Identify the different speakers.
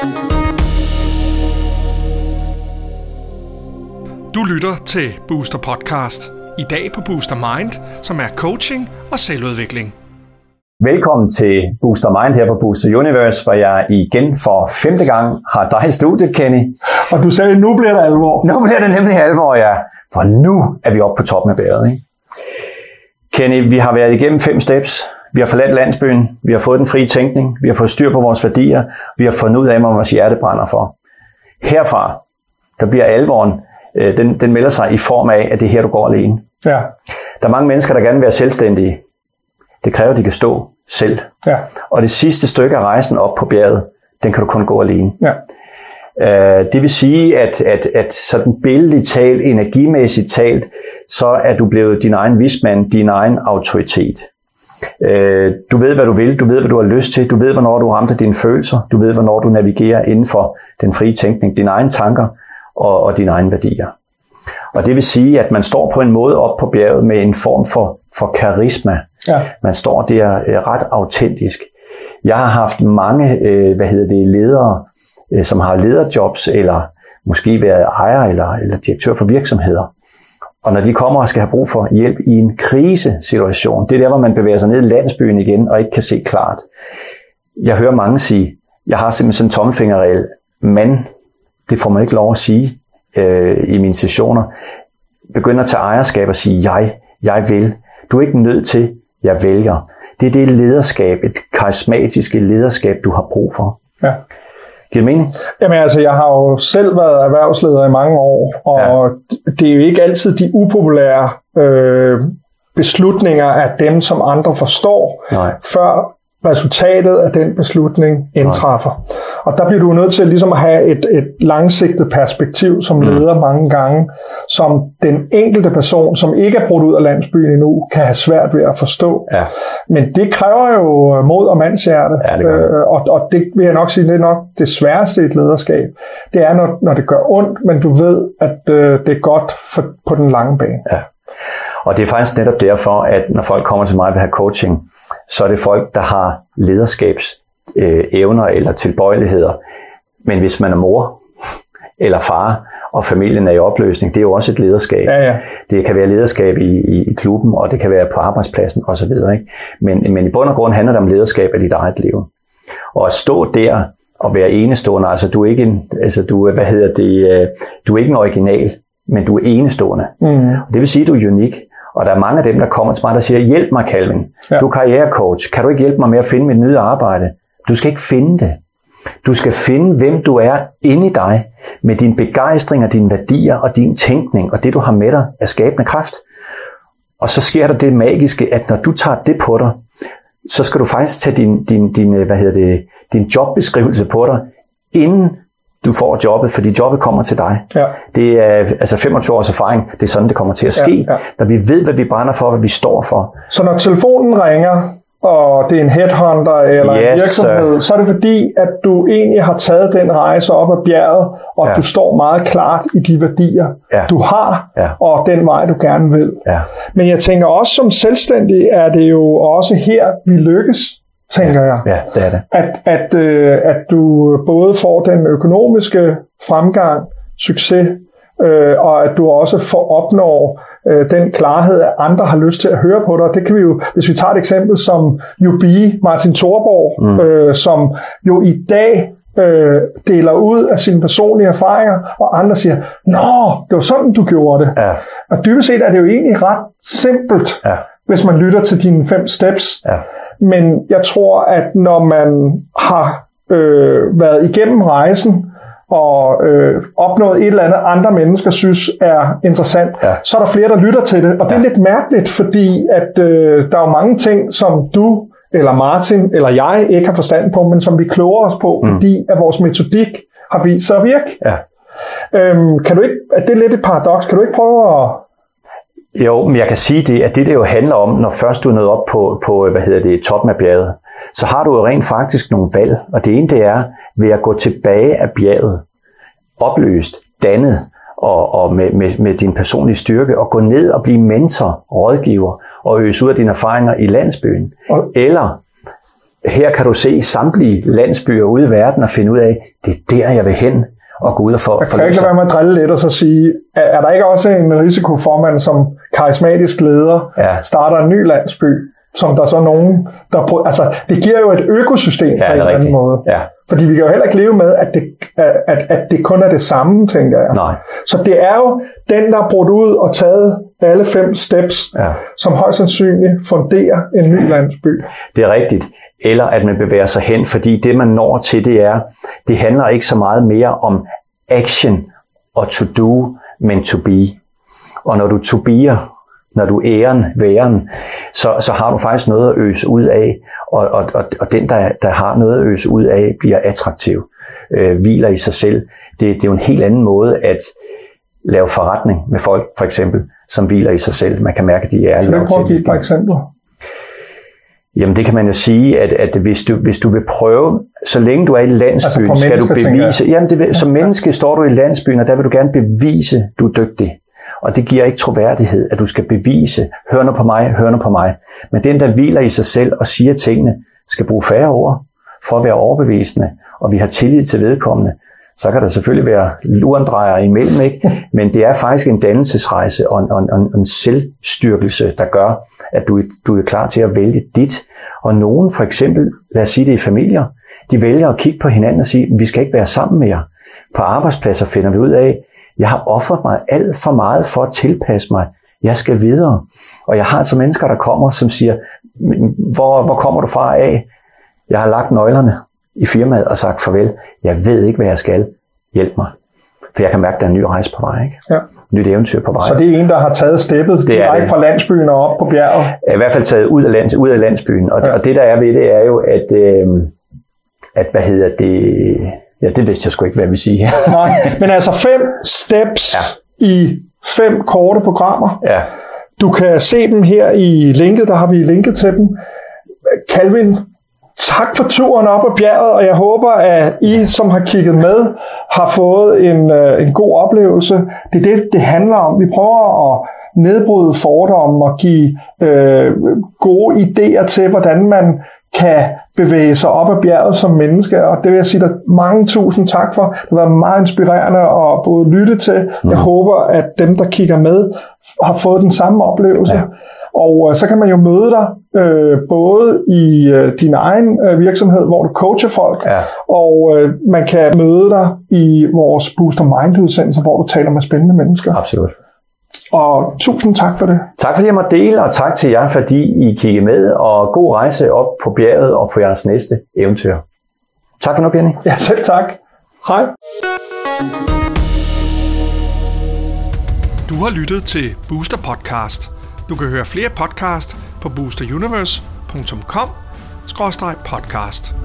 Speaker 1: Du lytter til Booster Podcast. I dag på Booster Mind, som er coaching og selvudvikling.
Speaker 2: Velkommen til Booster Mind her på Booster Universe, hvor jeg igen for 5. gang har dig i studiet, Kenny.
Speaker 3: Og du sagde, nu bliver det alvor.
Speaker 2: Nu bliver det nemlig alvor, ja. For nu er vi oppe på toppen af bjerget, ikke? Kenny, vi har været igennem 5 steps. Vi har forladt landsbyen. Vi har fået den frie tænkning. Vi har fået styr på vores værdier. Vi har fundet ud af, hvad vores hjerte brænder for. Herfra, der bliver alvoren, den melder sig i form af, at det er her, du går alene.
Speaker 3: Ja.
Speaker 2: Der er mange mennesker, der gerne vil være selvstændige. Det kræver, at de kan stå selv.
Speaker 3: Ja.
Speaker 2: Og det sidste stykke af rejsen op på bjerget, den kan du kun gå alene.
Speaker 3: Ja.
Speaker 2: Det vil sige, at sådan billedligt talt, energimæssigt talt, så er du blevet din egen vismand, din egen autoritet. Du ved, hvad du vil, du ved, hvad du har lyst til, du ved, hvornår du ramte dine følelser, du ved, hvornår du navigerer inden for den frie tænkning, dine egne tanker og dine egne værdier. Og det vil sige, at man står på en måde op på bjerget med en form for karisma.
Speaker 3: Ja.
Speaker 2: Man står der ret autentisk. Jeg har haft mange ledere, som har lederjobs, eller måske været ejer eller direktør for virksomheder. Og når de kommer og skal have brug for hjælp i en krisesituation, det er der, hvor man bevæger sig ned i landsbyen igen og ikke kan se klart. Jeg hører mange sige, jeg har simpelthen sådan en tommelfingerregel, men det får man ikke lov at sige i mine sessioner. Begynder at tage ejerskab og sige, jeg vil. Du er ikke nødt til, jeg vælger. Det er det lederskab, et karismatiske lederskab, du har brug for.
Speaker 3: Ja.
Speaker 2: Giver det mening?
Speaker 3: Jamen altså, jeg har jo selv været erhvervsleder i mange år, og det er jo ikke altid de upopulære beslutninger af dem, som andre forstår, før resultatet af den beslutning indtræffer. Nej. Og der bliver du nødt til ligesom at have et langsigtet perspektiv som leder mange gange, som den enkelte person, som ikke er brudt ud af landsbyen endnu, kan have svært ved at forstå. Ja. Men det kræver jo mod og mandshjerte. Ja, og det vil jeg nok sige, det er nok det sværeste i et lederskab. Det er, når det gør ondt, men du ved, at det er godt på den lange bane. Ja.
Speaker 2: Og det er faktisk netop derfor, at når folk kommer til mig og vil have coaching, så er det folk, der har lederskabsevner eller tilbøjeligheder. Men hvis man er mor eller far, og familien er i opløsning, det er jo også et lederskab.
Speaker 3: Ja, ja.
Speaker 2: Det kan være lederskab i klubben, og det kan være på arbejdspladsen osv. Men i bund og grund handler det om lederskab af dit eget liv. Og at stå der og være enestående, altså du er ikke en original, men du er enestående. Mm. Og det vil sige, at du er unik. Og der er mange af dem, der kommer til mig, der siger, hjælp mig, Calvin. Ja. Du er karrierecoach. Kan du ikke hjælpe mig med at finde mit nye arbejde? Du skal ikke finde det. Du skal finde, hvem du er inde i dig, med din begejstring og dine værdier og din tænkning, og det, du har med dig af skabende kraft. Og så sker der det magiske, at når du tager det på dig, så skal du faktisk tage din jobbeskrivelse på dig, inden du får jobbet, fordi jobbet kommer til dig. Ja. Det er 25 års erfaring, det er sådan, det kommer til at ske, når vi ved, hvad vi brænder for, hvad vi står for.
Speaker 3: Så når telefonen ringer, og det er en headhunter eller en virksomhed, så er det fordi, at du egentlig har taget den rejse op ad bjerget, og du står meget klart i de værdier, du har, og den vej, du gerne vil. Ja. Men jeg tænker også, som selvstændig er det jo også her, vi lykkes, tænker jeg.
Speaker 2: Ja, det er
Speaker 3: det. At du både får den økonomiske fremgang, succes, og at du også opnår den klarhed, at andre har lyst til at høre på dig. Det kan vi jo, hvis vi tager et eksempel som Jubi, Martin Thorborg, som jo i dag deler ud af sine personlige erfaringer, og andre siger, nå, det var sådan, du gjorde det. Ja. Og dybest set er det jo egentlig ret simpelt, hvis man lytter til dine 5 steps. Ja. Men jeg tror, at når man har været igennem rejsen, og opnået et eller andet, andre mennesker synes er interessant, så er der flere, der lytter til det. Og det er lidt mærkeligt, fordi at der er jo mange ting, som du, eller Martin, eller jeg ikke har forstand på, men som vi kloger os på, fordi at vores metodik har vist sig at virke. Ja. Kan du ikke, det er lidt et paradoks, kan du ikke prøve at...
Speaker 2: Jo, men jeg kan sige det, at det jo handler om, når først du er nået op på toppen af bjerget, så har du jo rent faktisk nogle valg. Og det ene, det er ved at gå tilbage af bjerget, opløst, dannet og med din personlige styrke, og gå ned og blive mentor, rådgiver og øse ud af dine erfaringer i landsbyen. Eller her kan du se samtlige landsbyer ude i verden og finde ud af, det er der, jeg vil hen og gå ud og få.
Speaker 3: Jeg kan ikke lade være med at drille lidt og så sige, er der ikke også en risiko for, at man som karismatisk leder starter en ny landsby, som der så nogen, der altså det giver jo et økosystem på en eller anden måde. Ja. Fordi vi kan jo heller ikke leve med, at det kun er det samme, tænker jeg.
Speaker 2: Nej.
Speaker 3: Så det er jo den, der er brudt ud og taget alle 5 steps, som højst sandsynligt funderer en ny landsby.
Speaker 2: Det er rigtigt. Eller at man bevæger sig hen, fordi det, man når til, det handler ikke så meget mere om action og to do, men to be. Og når du to be'er, når du væren, så har du faktisk noget at øse ud af, og den, der har noget at øse ud af, bliver attraktiv, hviler i sig selv. Det er jo en helt anden måde at lave forretning med folk, for eksempel, som hviler i sig selv. Man kan mærke, at de er ærlige.
Speaker 3: Kan du prøve at give et par eksempler?
Speaker 2: Jamen det kan man jo sige, at hvis du vil prøve, så længe du er i landsbyen, altså skal du bevise, som menneske står du i landsbyen, og der vil du gerne bevise, du er dygtig. Og det giver ikke troværdighed, at du skal bevise, hør nu på mig. Men den, der hviler i sig selv og siger tingene, skal bruge færre ord for at være overbevisende, og vi har tillid til vedkommende. Så kan der selvfølgelig være lurendrejer imellem, ikke? Men det er faktisk en dannelsesrejse og en selvstyrkelse, der gør, at du er klar til at vælge dit. Og nogen, for eksempel, lad os sige det i familier, de vælger at kigge på hinanden og sige, vi skal ikke være sammen mere. På arbejdspladser finder vi ud af, jeg har offret mig alt for meget for at tilpasse mig. Jeg skal videre. Og jeg har altså mennesker, der kommer, som siger, hvor kommer du fra af? Jeg har lagt nøglerne i firmaet og sagt farvel. Jeg ved ikke, hvad jeg skal. Hjælp mig. For jeg kan mærke, at der er en ny rejse på vej. Ikke? Ja. Nyt eventyr på vej.
Speaker 3: Så det er en, der har taget steppet direkte fra landsbyen og op på bjerget?
Speaker 2: I hvert fald taget ud af landsbyen. Og det, der er ved det, er jo, at hvad hedder det... Ja, det vidste jeg sgu ikke, hvad jeg vil sige.
Speaker 3: Nej, men altså 5 steps i 5 korte programmer.
Speaker 2: Ja.
Speaker 3: Du kan se dem her i linket, der har vi linket til dem. Calvin, tak for turen op ad bjerget, og jeg håber, at I, som har kigget med, har fået en god oplevelse. Det er det handler om. Vi prøver at nedbryde fordomme og give gode idéer til, hvordan man kan bevæge sig op ad bjerget som menneske, og det vil jeg sige dig mange tusind tak for. Det har været meget inspirerende at både lytte til. Jeg håber, at dem, der kigger med, har fået den samme oplevelse. Ja. Og så kan man jo møde dig både i din egen virksomhed, hvor du coacher folk, og man kan møde dig i vores Booster Mind-udsendelser, hvor du taler med spændende mennesker.
Speaker 2: Absolut.
Speaker 3: Og tusind tak for det.
Speaker 2: Tak fordi jeg måtte dele, og tak til jer, fordi I kiggede med, og god rejse op på bjerget og på jeres næste eventyr. Tak for nu, Benny.
Speaker 3: Ja, selv tak. Hej.
Speaker 1: Du har lyttet til Booster Podcast. Du kan høre flere podcast på boosteruniverse.com/podcast.